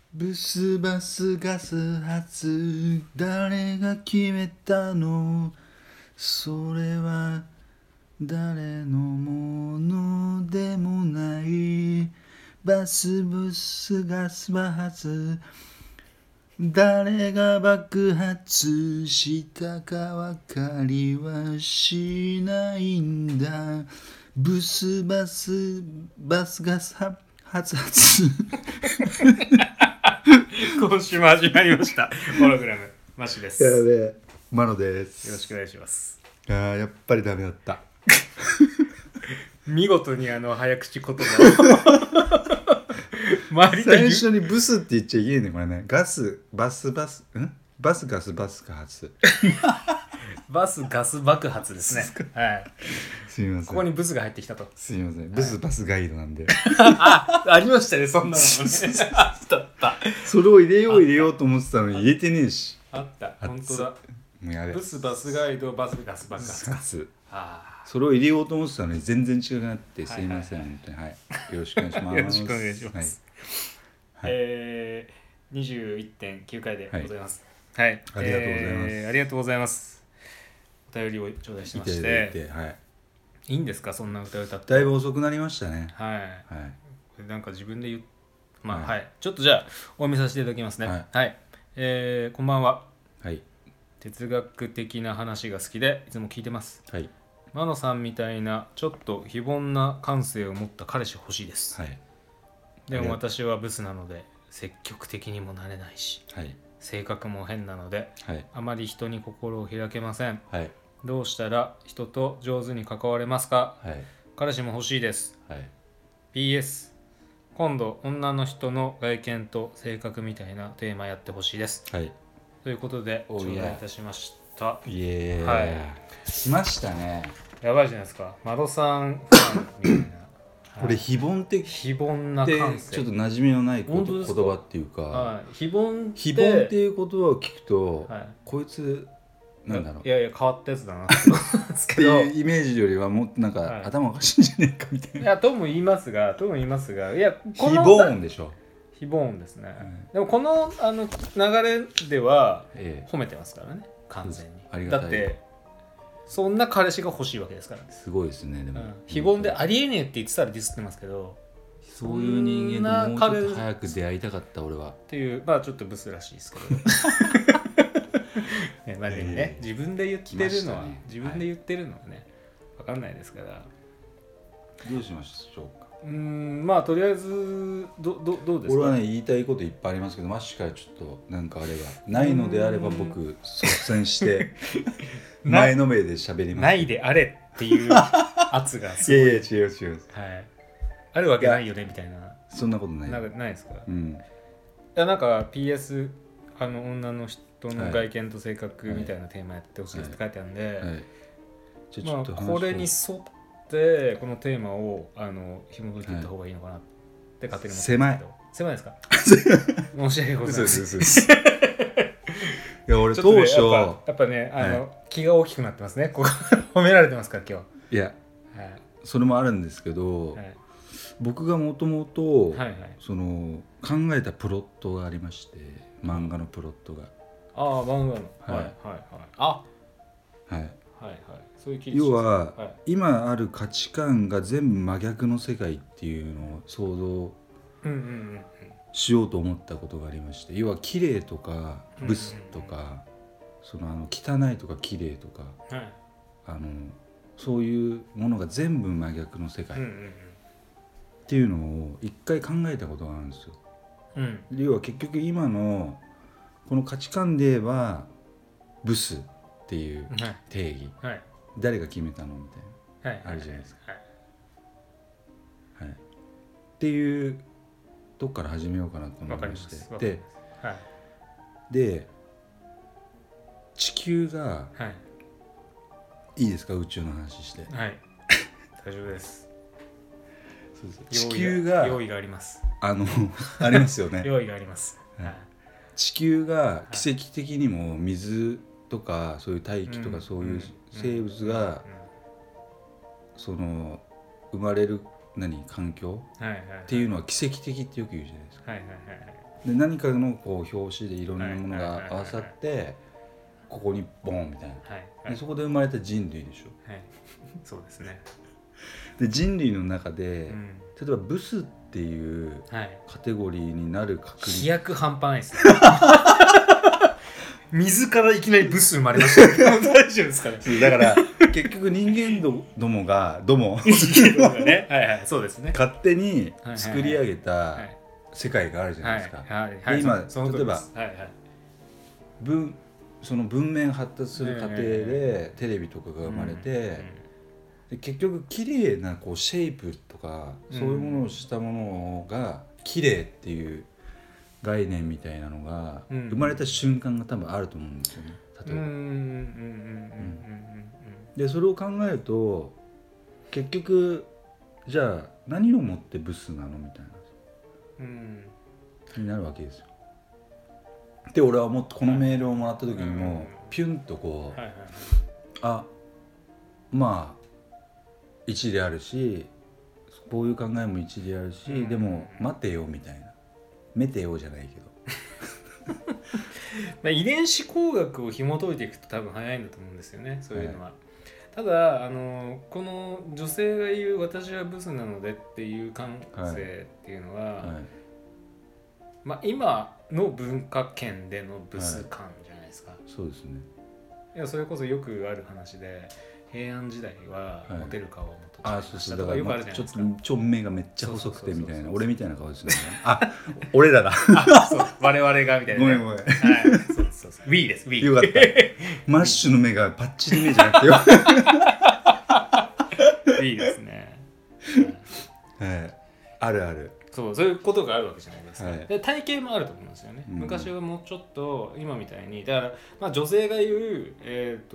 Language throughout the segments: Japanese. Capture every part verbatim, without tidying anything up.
ブスバスガス発誰が決めたの、それは誰のものでもない。バスブスガス爆発誰が爆発したか分かりはしないんだ。ブスバスバスガス発発今週も始まりましたホログラムマシです。 やよべえ、マノです。 ろしくお願いします。 あーやっぱりダメだった見事にあの早口言葉を周りと最言う初にブスって言っちゃいけないねこれね。ガスバスバスんバスガスバスガ発バスガス爆発ですね。はい。 すみません、 ここにブスが入ってきたと。 すみません、ブスバスガイドなんであ、ありましたね、そんなのもね。あったあった。 それを入れよう入れようと思ってたのに入れてねえし。 あった、本当だ。 もうやべえ、 ブスバスガイドバスガス爆発。 発あそれを入れようと思ってたのに全然違くなってすいません、 はいはいはい本当に、はい、よろしくお願いしますよろしくお願いします。 はいはいえー、にじゅういってんきゅうかいでございます。はい。 ありがとうございます、 えーありがとうございます。お便りを頂戴しましいただいて、 て、はい、 いいんですか、そんな歌歌って。 だいぶ遅くなりましたね。 はい。 はいこれなんか自分で言う、まあ、 はいはい、ちょっとじゃあ、お読みさせていただきますね。 はい。 はいえーこんばんは。 はい哲学的な話が好きで、いつも聞いてます。 はいマノさんみたいな、ちょっと非凡な感性を持った彼氏欲しいです。 はい。 でも私はブスなので、積極的にもなれないし、 はい性格も変なので、 はいあまり人に心を開けません。 はいどうしたら人と上手に関われますか？ はい彼氏も欲しいです。 はいピーエス 今度女の人の外見と性格みたいなテーマやってほしいです。 はいということでおいや頂戴いたしました。 イエーイ、 はい来ましたね。 やばいじゃないですか、マドさんファンみたいなこれ非凡って非凡なで感性、 ちょっと馴染みのないこと言本当ですか葉っていうか、 はい、非凡って非凡っていう言葉を聞くと、 はいこいつなんだろういやいや変わったやつだなって思うんですってけどいうイメージよりはもっとなんか、 はい頭おかしいんじゃねえかみたいな。 いやとも言いますがとも言いますがいやこ非の凡でしょ。 非凡ですね、 うんでもこのあの流れではええ褒めてますからね、完全に。 ありがたい。 だってそんな彼氏が欲しいわけですからね、 すごいですね。でも、 うん、非凡でありえねえって言ってたらディスってますけど、 そういう人間ともうちょっと早く出会いたかった俺は。 っていうまあちょっとブスらしいですけどね、まあでもね、 えー自分で言ってるのは、 来ましたね自分で言ってるのはね、分かんないですから。 どうしましょうか。 うーんまあとりあえずどどどうですか。 俺はね言いたいこといっぱいありますけど、マッシュからちょっとなんかあればないのであれば僕率先して前のめりで喋ります。 ないであれっていう圧がすごい。 いやいや違う違う。 はい。あるわけないよねみたいな。 そんなことない。 なんかないですか。いうん。 やなんか ピーエス あの女の人の外見と性格みたいなテーマやってほしいって書いてあるんで、 はい。じゃあちょまあっと話これに沿ってこのテーマをあの紐解いていった方がいいのかなって勝手に思ってますけど。狭いですか。申し訳ございません。 嘘です嘘ですいや俺ちょっとね当初、 やっぱやっぱねあの、 はい気が大きくなってますね。ここ褒められてますから今いや日。はいそれもあるんですけど、 はい僕がもともとはいはい。 その考えたプロットがありまして、漫画のプロットが、 ああ漫画の、はい、 はいはいはいあはいはいはいそういう切り口要は、 はい今ある価値観が全部真逆の世界っていうのを想像うんうんうんしようと思ったことがありまして、要は綺麗とかブスとか、 うんそのあの汚いとか綺麗とか、 うんはいあのそういうものが全部真逆の世界っうんうんていうのを一回考えたことがあるんですよ。 うんうん要は結局今のこの価値観で言えばブスっていうはい定義、 はい誰が決めたのみたいはいあるじゃないですかはいな、はい、っていうとこから始めようかなと思いまして、 わかりますわかりでますはいで地球がはいいいですか、宇宙の話して。 はい大丈夫ですそうそう用意地球が用意がありますあのありますよね。 用意がありますはいはい地球が奇跡的にも水とかそういう大気とうんかそういう生物うんがその生まれる何環境はいはいっていうのは奇跡的ってよく言うじゃないですか。 はいはいはいはいで何かのこう表紙でいろんなものが合わさってここにボンみたいな、はいはい、でそこで生まれた人類でしょ、はい、 そうですね。 で人類の中で、うん、例えばブスっていうカテゴリーになる確率、 飛躍半端ないですね自らいきなりブス生まれましたけど大丈夫ですかね。 だから結局人間どどもがどもね、はいはい、そうですね、 勝手に作り上げた世界があるじゃないですか。で今例えば、はいはい、文その文面発達する過程でテレビとかが生まれて、うんうん、で結局綺麗なこうシェイプとかそういうものをしたものが綺麗っていう概念みたいなのが生まれた瞬間が多分あると思うんですよね。例えばでそれを考えると結局じゃあ何をもってブスなのみたいな、うん、になるわけですよ。で俺はもっとこのメールをもらった時にもピュンとこう、はいはい、あまあ一理あるしこういう考えも一理あるし、うん、でも待てよみたいな、メテよじゃないけど遺伝子工学を紐解いていくと多分早いんだと思うんですよね、そういうのは、はい、ただあのこの女性が言う私はブスなのでっていう感性っていうのは、はいはい、まあ、今の文化圏でのブス感じゃないですか、はい、 そうですね。 いやそれこそよくある話で平安時代はモテる顔はもっと小さくしたとかよくあるじゃないですか。ちょっと目がめっちゃ細くてみたいな、俺みたいな顔ですね。あ、俺らだ。 あ、そう、我々がみたいな、ね。 ごめんごめん。はい、 そうそうそう。Wii です。Wii。 よかった。マッシュの目がパッチリ目じゃなくてよ。 いいですね。 はい。あるある。 そう、そういうことがあるわけじゃないですか、はい、で体型もあると思うんですよね、うん、昔はもうちょっと今みたいにだから、まあ、女性が言う、えーと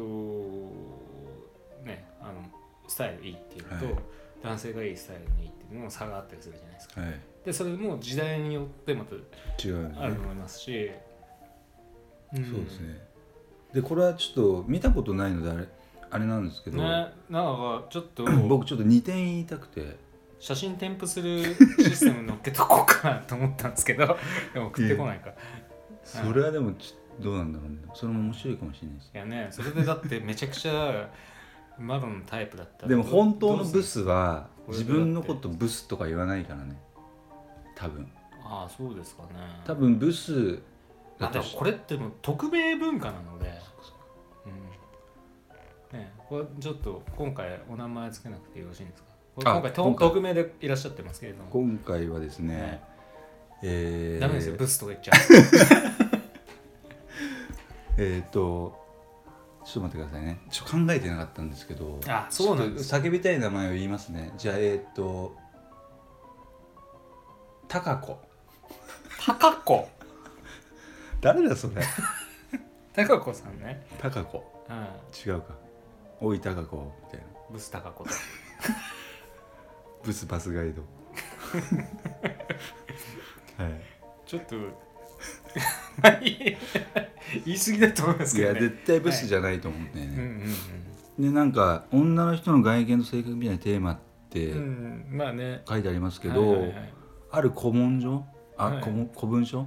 ね、あのスタイルいいっていうのと、はい、男性がいいスタイルにいいっていうのも差があったりするじゃないですか、はい、でそれも時代によってまた違う、ね、あると思いますし、 うん、そうですね。でこれはちょっと見たことないのであれ、あれなんですけど、ね、 なんかちょっと僕ちょっとにてん言いたくて写真添付するシステム乗っけとこうかなと思ったんですけどでも送ってこないか。 それはでもちどうなんだろうね。それも面白いかもしれないです。 いやね、それでだってめちゃくちゃマロのタイプだったらでも本当のブスは自分のことブスとか言わないからね、多分。 ああ、そうですかね。 多分ブスだってこれってもう匿名文化なので、うんね、これちょっと今回お名前つけなくてよろしいんですか。今回匿名でいらっしゃってますけれども、 今回はですね、はい、えー、 ダメですよ、ブスとか言っちゃうえっとちょっと待ってくださいね、ちょっと考えてなかったんですけど、 あ、そうなんです。 叫びたい名前を言いますね。じゃあえっ、ー、とタカコ。 タカコ誰だそれタカコさんね。 タカコ、うん、違うか、おいタカコみたいな、 ブスタカコとブスバスガイドはい、ちょっと言い過ぎだと思いますけどね。 いや絶対ブスじゃないと思うんだよね、はい、うんうんうん、でなんか女の人の外見と性格みたいなテーマって、うん、まあね、書いてありますけど、はいはいはい、ある古文書あ、はい、古, 古文書、はい、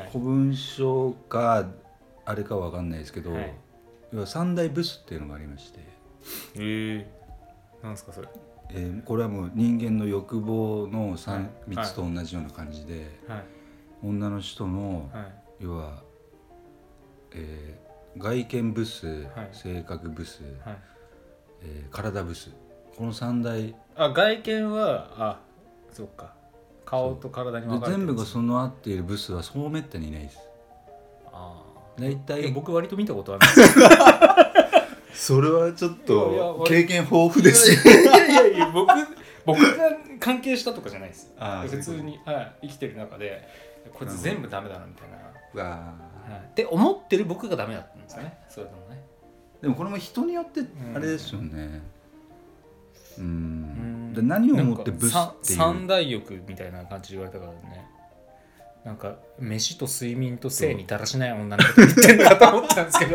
古文書かあれかは分かんないですけど、はい、要は三大ブスっていうのがありまして、 えー、なんですかそれ。 えー、これはもう人間の欲望の 3, みっつと同じような感じで、はいはい、女の人の、はい、要は、えー、外見ブス、はい、性格ブス、はい、えー、体ブス、この三大。 あ、外見はあ、そっか、顔と体に分かれてるんです。 全部が備わっているブスはそうめったにいないです。あ、大体僕割と見たことあるんですけどそれはちょっと経験豊富ですいやいやいや僕僕が関係したとかじゃないです。あ、普通に、はい、生きてる中でこいつ全部ダメだなみたいな、うわ、はい、って思ってる僕がダメだったんですよね。それでもね。 でもこれも人によってあれですよね。うん、うん、で何をもってブスっていう三大欲みたいな感じで言われたからね。なんか飯と睡眠と性にだらしない女のこと言ってんだと思ったんですけど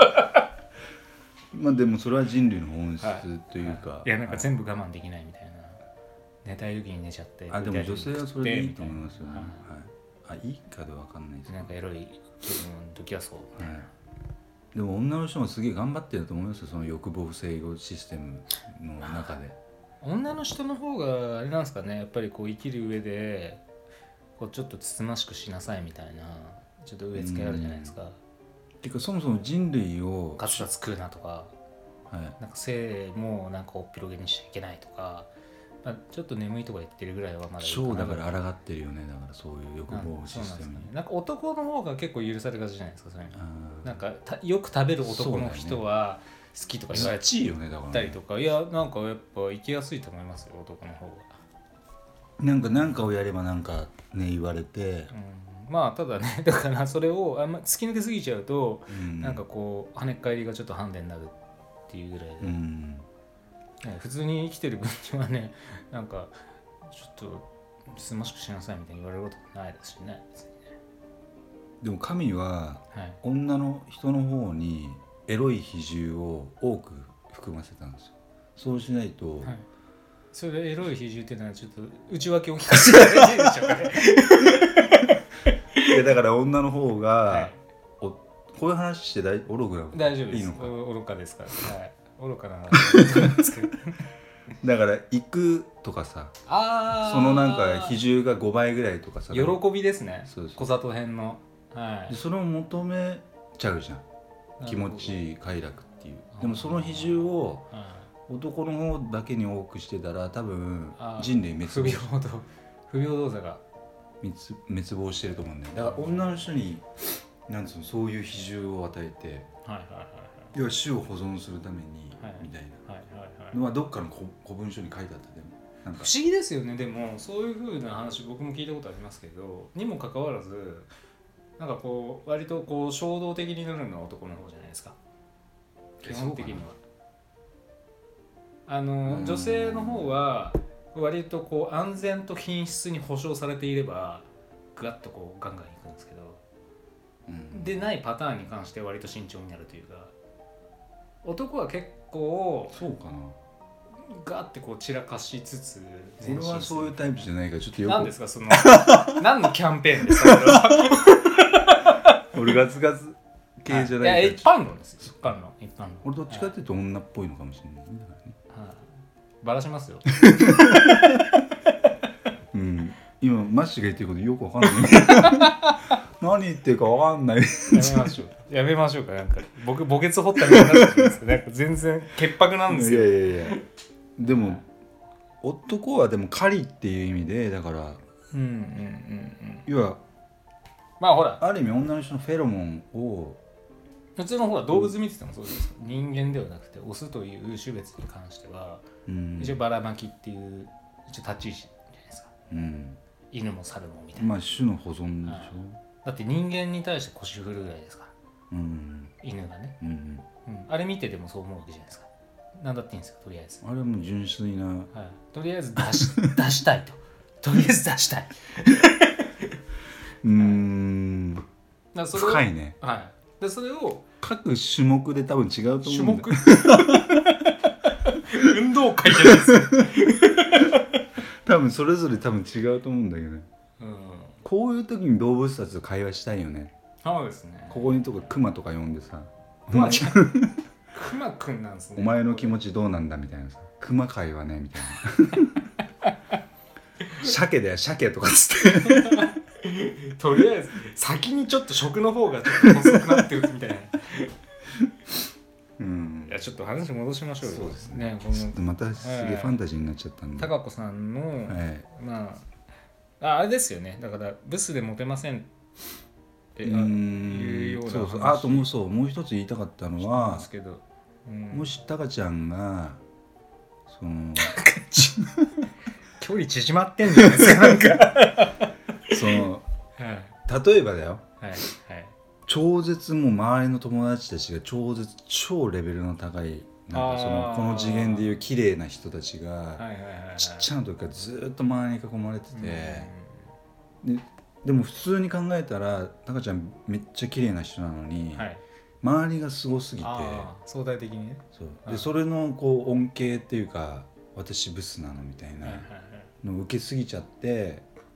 まあでもそれは人類の本質というか、はいはい、 いやなんか全部我慢できないみたいな、寝たい時に寝ちゃって、 あ、でも女性はそれでいいと思いますよね、はいはい。 あいいかでわかんないですけどなんかエロい気分の時はそうみたいな、はい、 でも女の人もすげえ頑張ってると思いますよ、その欲望制御システムの中で。 女の人の方があれなんですかね、やっぱりこう生きる上でこうちょっとつつましくしなさいみたいなちょっと植え付けあるじゃないですか。 ていうかそもそも人類をカツカツ食うなとか、はい、なんか性もなんかおっぴろげにしちゃいけないとか、まあ、ちょっと眠いとか言ってるぐらいはまだいいかな。 超だから抗ってるよね、だからそういう欲望システムに。 なんか、ね、なんか男の方が結構許されがちじゃないですか、それ。なんかよく食べる男の人は好きとか言われたりとか、ね、いやなんかやっぱ生きやすいと思いますよ、男の方が。 なんか何かをやればなんかね言われて、 うん、まあただね、だからそれをあんま突き抜けすぎちゃうと、うん、なんかこう跳ね返りがちょっとハンデになるっていうぐらいで、うんね、普通に生きてる分にはね、なんかちょっとつつましくしなさいみたいに言われることないですしね。 でも神は女の人の方にエロい比重を多く含ませたんですよ。そうしないと、はい、 それエロい比重っていうのはちょっと内訳を聞かせていただいていいでしょうかね。 いやだから女の方が、はい、おこういう話して大オログラム大丈夫です。 いいのか。 愚かですから、はい、愚かな話なんですけど。 だから行くとかさ、あそのなんか比重がごばいぐらいとかさ、 喜びですね。そうです。小里編の、はい、 でそれを求めちゃうじゃん、気持ちいい快楽っていう。でもその比重を男の方だけに多くしてたら多分人類滅亡不平等不平等さが滅亡してると思うんだよ。だから女の人になんつうの、そういう比重を与えて、はいはいはいはい、要は種を保存するために、はい、みたいな、はいはいはい、まあどっかの古文書に書いてあった。でもなんか不思議ですよね。でもそういう風な話僕も聞いたことありますけど、にもかかわらずなんかこう割とこう衝動的になるのは男の方じゃないですか、基本的には。あの女性の方は割とこう安全と品質に保証されていればグワッとこうガンガンいくんですけど、うん、でないパターンに関して割と慎重になるというか、男は結構そうかな、 ガーってこう散らかしつつ、 俺はそういうタイプじゃないからちょっとよく。 何ですかその何のキャンペーンですか俺ガツガツ系じゃないから。 いや一般論ですよ、一般論、一般論。 俺どっちかっていうと女っぽいのかもしれない、だからね。 はい、バラしますよ。 うん、今マッシュが言ってることよくわかんない。何言ってるかわかんない。やめましょう。やめましょうか。なんか僕墓穴掘ったみたいになってるんですけど、なんか全然潔白なんですよ。 いやいやいや。でも、はい、男はでも狩りっていう意味でだから、うんうんうんうん、要はまあほらある意味女の人のフェロモンを普通のほら動物見ててもそうですけど、人間ではなくてオスという種別に関しては、うん、一応ばらまきっていう一応立ち位置じゃないですか、うん、犬も猿もみたいな。 まあ種の保存でしょ、はい、 だって人間に対して腰振るぐらいですから、うん、犬がね、うんうんうん、あれ見てでもそう思うわけじゃないですか。なんだっていいんですか、とりあえず。 あれはもう純粋な、はい、 とりあえず出し、出したいと。とりあえず出したい。 うーん、はい、深いね。 はい。でそれを各種目で多分違うと思うんだよ。 種目運動会じゃないですか。 多分それぞれ多分違うと思うんだけどね、うん、こういう時に動物たちと会話したいよね。 そうですね。 ここにとかクマとか呼んでさ、 クマちゃんクマくんなんですね。 お前の気持ちどうなんだみたいなさ、クマ会はねみたいな。鮭だよ鮭とかっつってとりあえず先にちょっと食の方がちょっと細くなってるみたいな。うん、いやちょっと話戻しましょうよ。 そうですね。ね、このまたすげえファンタジーになっちゃったんで。 高子さんの、はい、まあああれですよね。だからブスでモテませんっていうような話。そうそう。あともうそうもう一つ言いたかったのは、けどうん、 もしタカちゃんがその距離縮まってんじゃないですかなんかその、はい、例えばだよ。はいはい。超絶もう周りの友達たちが超絶超レベルの高いなんかそのこの次元でいう綺麗な人たちがちっちゃな時からずっと周りに囲まれてて、で, でも普通に考えたらタカちゃんめっちゃ綺麗な人なのに、はい、周りがすごすぎて相対的にね。 そうでそれのこう恩恵っていうか私ブスなのみたいなのを受けすぎちゃって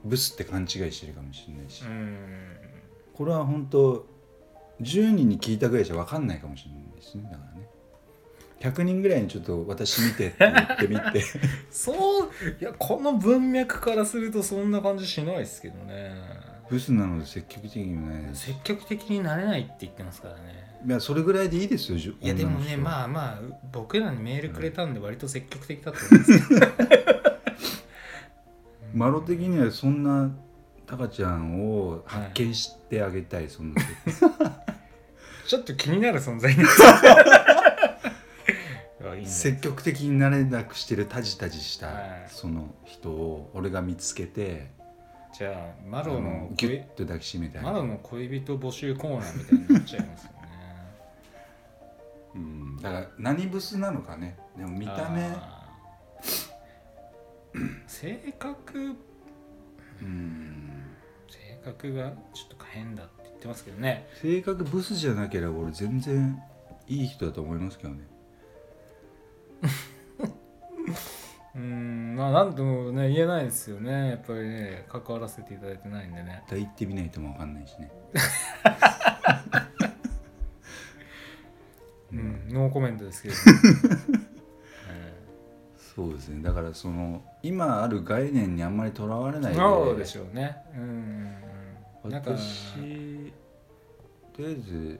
ブスって勘違いしてるかもしれないし、 うん、 これは本当じゅうにんに聞いたぐらいじゃ分かんないかもしれないですね。だからねひゃくにんぐらいにちょっと私見てって言ってみてそういやこの文脈からするとそんな感じしないですけどね。 ブスなので積極的にもね積極的になれないって言ってますからね。 いやそれぐらいでいいですよ。いやでもねまあまあ僕らにメールくれたんで割と積極的だと思いますけど、 うん、マロ的にはそんなタカちゃんを発見してあげたい、はい、そんなちょっと気になる存在になっ積極的になれなくしてるタジタジしたその人を俺が見つけて、 じゃあマロのギュッと抱きしめてあげる。 マロの恋人募集コーナーみたいになっちゃいますよねうん、だから何ブスなのかね。でも見た目性格うん性格がちょっと変だって言ってますけどね。 性格ブスじゃなければ俺全然いい人だと思いますけどねうーんまあ何ともね言えないですよね。やっぱりね関わらせていただいてないんでね。 言ってみないとも分かんないしねうん、ノーコメントですけど、ねえー、そうですね。だからその今ある概念にあんまりとらわれないで。 そうでしょうね。うん、 なんか私とりあえず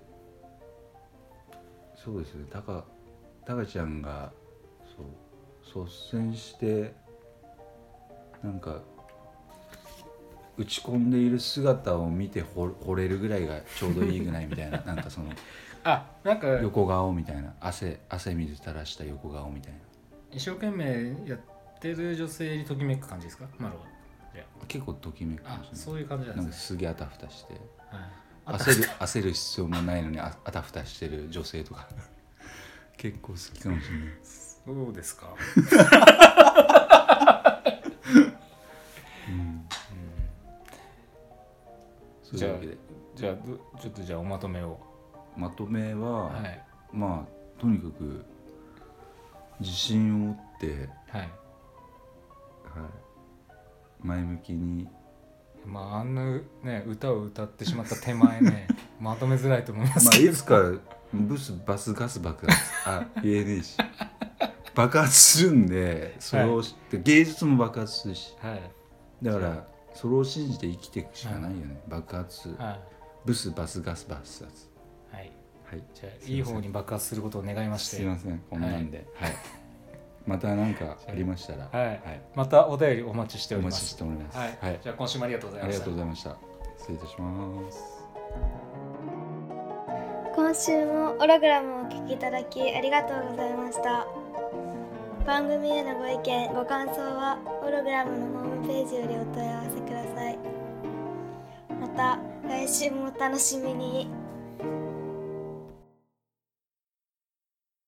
そうですね。タカタカちゃんがそう率先してなんか打ち込んでいる姿を見て惚れるぐらいがちょうどいいぐらいみたいななんかそのあなんか横顔みたいな 汗, 汗水垂らした横顔みたいな一生懸命やってる女性にときめく感じですかマロは。 結構ときめくかもしれない。 そういう感じなんですね。 なんかすげえあたふたして、 はい、 焦る焦る必要もないのに あ, あたふたしてる女性とか結構好きかもしれない。 そうですかうん、うん、そういうわけでじゃあちょっとじゃあおまとめを。 まとめは、 はい、 まあとにかく自信を持って、 はいはい、 前向きに。 まああんな、ね、歌を歌ってしまった手前ねまとめづらいと思いますけど、 まあ、いつかブスバスガス爆発あ言えねえし爆発するんでそれを知って、はい、芸術も爆発するし、はい、だからそれを信じて生きていくしかないよね、はい、爆発、はい、ブスバスガス爆発。 はい、はい、じゃあいい方に爆発することを願いまして。 すいませんこんなんで、はいはい、また何かありましたら、 はいはい、またお便りお待ちしております。 お待ちしております、 はいはい、じゃあ今週もありがとうございました。 ありがとうございました。失礼いたします。 今週もオログラムをお聞きいただきありがとうございました。番組へのご意見ご感想はオログラムのホームページよりお問い合わせください。また来週もお楽しみに。